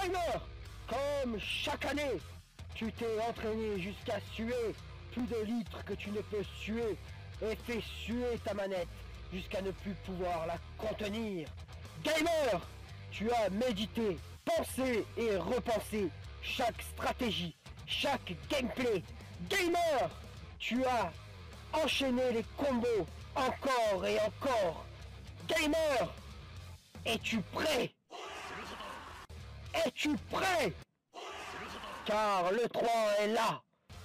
Gamer, comme chaque année, tu t'es entraîné jusqu'à suer plus de litres que tu ne peux suer et fais suer ta manette jusqu'à ne plus pouvoir la contenir. Gamer, tu as médité, pensé et repensé chaque stratégie, chaque gameplay. Gamer, tu as enchaîné les combos encore et encore. Gamer, es-tu prêt? Es-tu prêt? Car le 3 est là.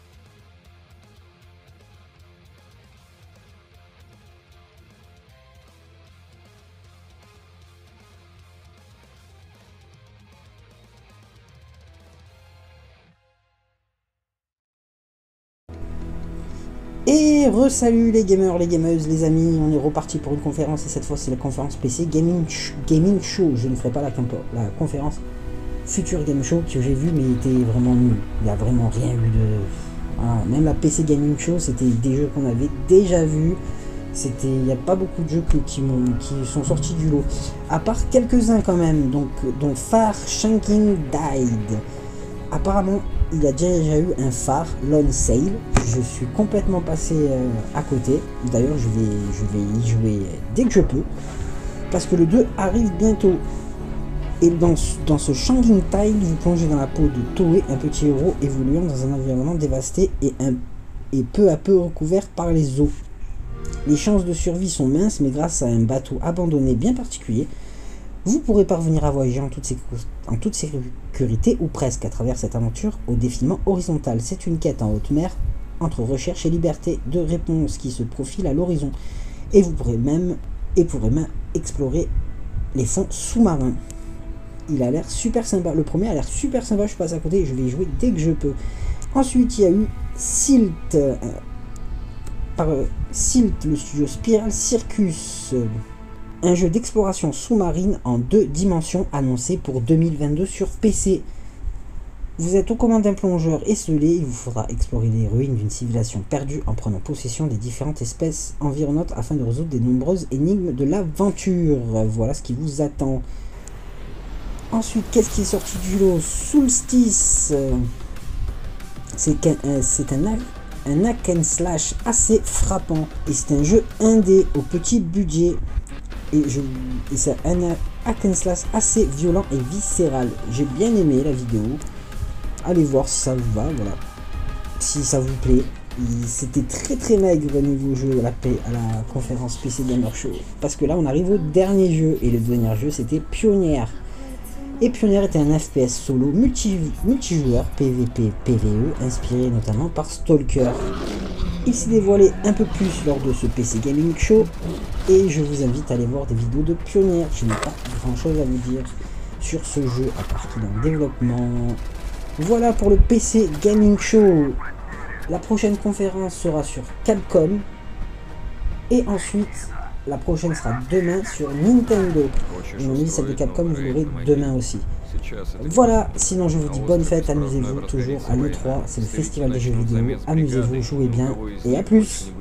Et re-salut les gamers, les gameuses, les amis, on est reparti pour une conférence et cette fois c'est la conférence PC Gaming Show. Je ne ferai pas la conférence Future Game Show que j'ai vue mais était vraiment nul. Il n'y a vraiment rien eu de... Voilà. Même la PC Gaming Show c'était des jeux qu'on avait déjà vus. Il n'y a pas beaucoup de jeux qui sont sortis du lot. À part quelques-uns quand même, dont Far Shanking Died. Apparemment, il y a déjà eu un phare, Lone Sail. Je suis complètement passé à côté. D'ailleurs, je vais y jouer dès que je peux. Parce que le 2 arrive bientôt. Et dans ce Shanking Tide, vous plongez dans la peau de Toei, un petit héros évoluant dans un environnement dévasté et peu à peu recouvert par les eaux. Les chances de survie sont minces, mais grâce à un bateau abandonné bien particulier, vous pourrez parvenir à voyager en toute sécurité, ou presque, à travers cette aventure au défilement horizontal. C'est une quête en haute mer, entre recherche et liberté de réponse qui se profile à l'horizon. Et vous pourrez même explorer les fonds sous-marins. Il a l'air super sympa. Le premier a l'air super sympa, je passe à côté et je vais y jouer dès que je peux. Ensuite, il y a eu Silt, Silt, le studio Spiral Circus. Un jeu d'exploration sous-marine en 2 dimensions annoncé pour 2022 sur PC. Vous êtes aux commandes d'un plongeur esselé, il vous faudra explorer les ruines d'une civilisation perdue en prenant possession des différentes espèces environnantes afin de résoudre des nombreuses énigmes de l'aventure. Voilà ce qui vous attend. Ensuite, qu'est-ce qui est sorti du lot? Solstice. C'est un hack and slash assez frappant. Et c'est un jeu indé au petit budget. Et c'est un hack and slash assez violent et viscéral. J'ai bien aimé la vidéo. Allez voir si ça vous va, voilà. Si ça vous plaît. C'était très maigre au niveau jeu à la conférence PC Gamer Show. Parce que là on arrive au dernier jeu. Et le dernier jeu c'était Pionnier. Et Pionnier était un FPS solo multijoueur PvP PvE inspiré notamment par Stalker. Il s'est dévoilé un peu plus lors de ce PC Gaming Show et je vous invite à aller voir des vidéos de Pionnier. Je n'ai pas grand chose à vous dire sur ce jeu à part qu'il est en développement. Voilà pour le PC Gaming Show. La prochaine conférence sera sur Capcom et ensuite la prochaine sera demain sur Nintendo. Et on dit celle de Capcom, vous l'aurez demain aussi. Voilà, sinon je vous dis bonne fête, amusez-vous toujours à l'E3, c'est le festival des jeux vidéo, amusez-vous, jouez bien et à plus.